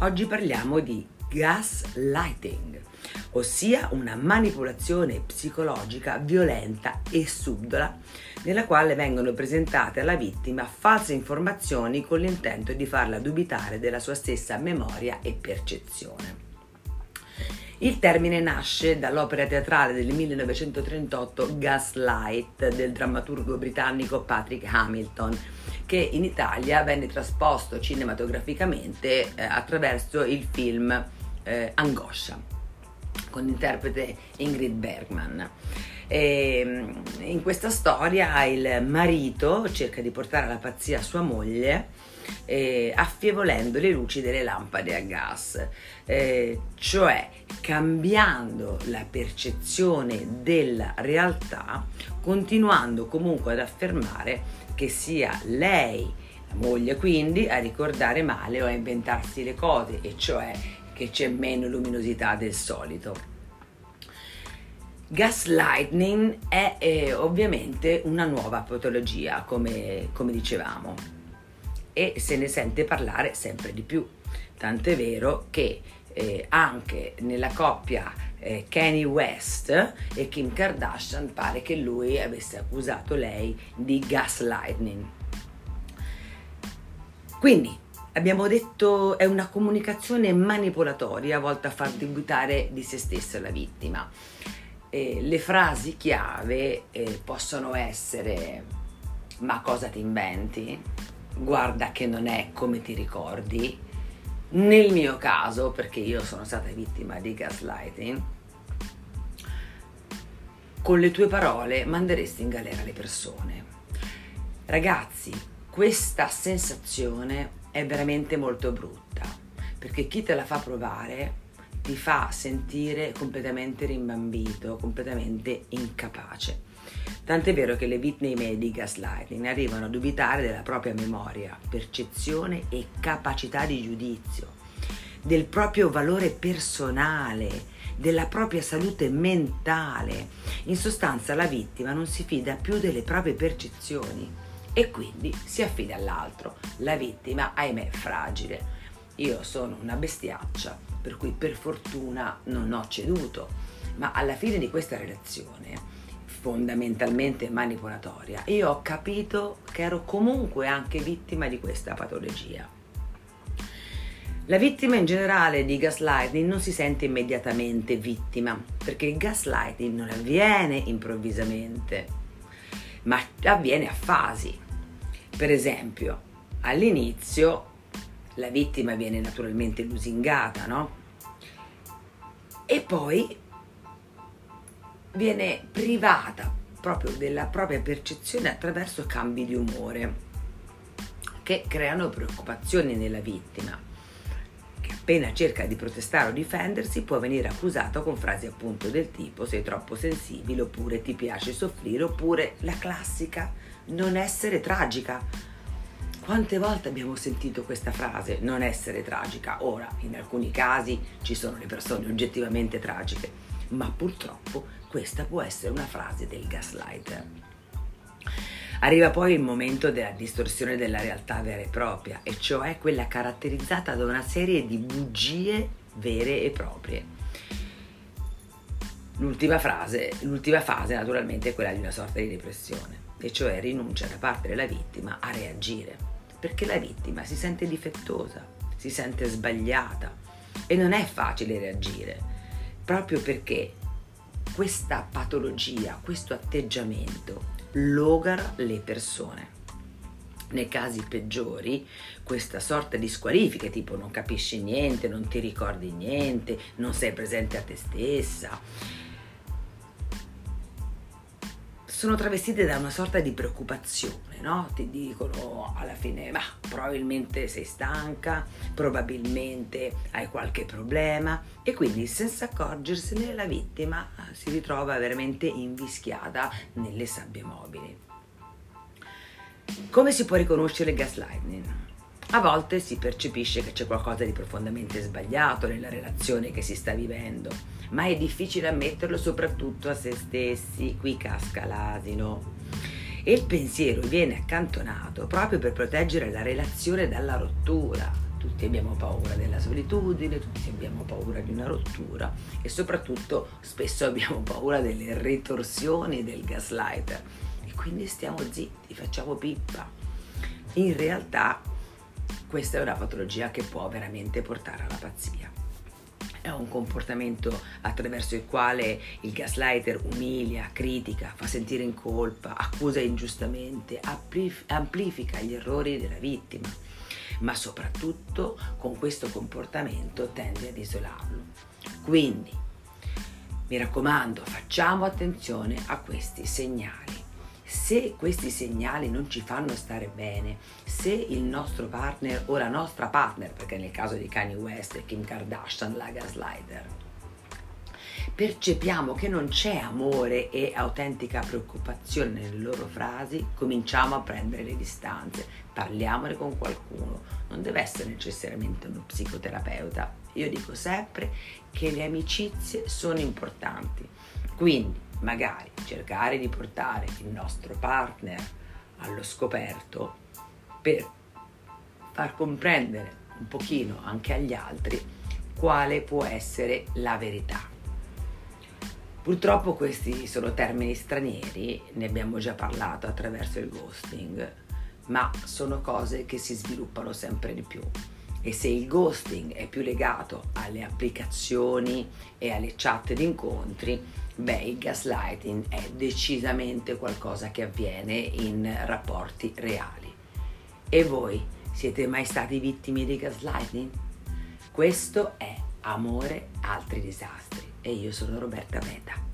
Oggi parliamo di gaslighting, ossia una manipolazione psicologica violenta e subdola nella quale vengono presentate alla vittima false informazioni con l'intento di farla dubitare della sua stessa memoria e percezione. Il termine nasce dall'opera teatrale del 1938 Gaslight del drammaturgo britannico Patrick Hamilton, che in Italia venne trasposto cinematograficamente attraverso il film Angoscia, con interprete Ingrid Bergman. In questa storia il marito cerca di portare alla pazzia sua moglie affievolendo le luci delle lampade a gas, cioè cambiando la percezione della realtà, continuando comunque ad affermare che sia lei, la moglie quindi, a ricordare male o a inventarsi le cose, e cioè che c'è meno luminosità del solito. Gaslighting è ovviamente una nuova patologia, come dicevamo, e se ne sente parlare sempre di più, tant'è vero che anche nella coppia Kanye West e Kim Kardashian pare che lui avesse accusato lei di gaslighting. Quindi abbiamo detto è una comunicazione manipolatoria volta a far dubitare di se stessa la vittima. Le frasi chiave possono essere: ma cosa ti inventi? Guarda che non è come ti ricordi. Nel mio caso, perché io sono stata vittima di gaslighting, con le tue parole manderesti in galera le persone. Ragazzi, questa sensazione è veramente molto brutta, perché chi te la fa provare ti fa sentire completamente rimbambito, completamente incapace. Tant'è vero che le vittime di gaslighting arrivano a dubitare della propria memoria, percezione e capacità di giudizio, del proprio valore personale, della propria salute mentale. In sostanza la vittima non si fida più delle proprie percezioni e quindi si affida all'altro. La vittima, ahimè, è fragile. Io sono una bestiaccia, per cui per fortuna non ho ceduto, ma alla fine di questa relazione fondamentalmente manipolatoria, io ho capito che ero comunque anche vittima di questa patologia. La vittima in generale di gaslighting non si sente immediatamente vittima, perché il gaslighting non avviene improvvisamente, ma avviene a fasi. Per esempio, all'inizio la vittima viene naturalmente lusingata, no? E poi viene privata proprio della propria percezione attraverso cambi di umore che creano preoccupazioni nella vittima, che appena cerca di protestare o difendersi può venire accusato con frasi appunto del tipo: sei troppo sensibile, oppure ti piace soffrire, oppure la classica non essere tragica. Quante volte abbiamo sentito questa frase, non essere tragica? Ora, in alcuni casi ci sono le persone oggettivamente tragiche, ma purtroppo questa può essere una frase del gaslighter. Arriva poi il momento della distorsione della realtà vera e propria, e cioè quella caratterizzata da una serie di bugie vere e proprie. L'ultima fase naturalmente è quella di una sorta di depressione, e cioè rinuncia da parte della vittima a reagire, perché la vittima si sente difettosa, si sente sbagliata e non è facile reagire, proprio perché questa patologia, questo atteggiamento logora le persone. Nei casi peggiori, questa sorta di squalifiche, tipo non capisci niente, non ti ricordi niente, non sei presente a te stessa, sono travestite da una sorta di preoccupazione, no? Ti dicono alla fine: ma probabilmente sei stanca, probabilmente hai qualche problema, e quindi senza accorgersene la vittima si ritrova veramente invischiata nelle sabbie mobili. Come si può riconoscere il gaslighting? A volte si percepisce che c'è qualcosa di profondamente sbagliato nella relazione che si sta vivendo, ma è difficile ammetterlo soprattutto a se stessi. Qui casca l'asino. E il pensiero viene accantonato proprio per proteggere la relazione dalla rottura. tutti abbiamo paura della solitudine, tutti abbiamo paura di una rottura e soprattutto spesso abbiamo paura delle ritorsioni del gaslighter e quindi stiamo zitti, facciamo pippa. In realtà questa è una patologia che può veramente portare alla pazzia. È un comportamento attraverso il quale il gaslighter umilia, critica, fa sentire in colpa, accusa ingiustamente, amplifica gli errori della vittima, ma soprattutto con questo comportamento tende ad isolarlo. Quindi, mi raccomando, facciamo attenzione a questi segnali. Se questi segnali non ci fanno stare bene, se il nostro partner o la nostra partner, perché nel caso di Kanye West e Kim Kardashian, la gaslighter, percepiamo che non c'è amore e autentica preoccupazione nelle loro frasi, cominciamo a prendere le distanze, parliamone con qualcuno, non deve essere necessariamente uno psicoterapeuta. Io dico sempre che le amicizie sono importanti, quindi magari cercare di portare il nostro partner allo scoperto per far comprendere un pochino anche agli altri quale può essere la verità. Purtroppo questi sono termini stranieri, ne abbiamo già parlato attraverso il ghosting, ma sono cose che si sviluppano sempre di più. E se il ghosting è più legato alle applicazioni e alle chat di incontri, il gaslighting è decisamente qualcosa che avviene in rapporti reali. E voi siete mai stati vittime di gaslighting? Questo è Amore, altri disastri e io sono Roberta Meta.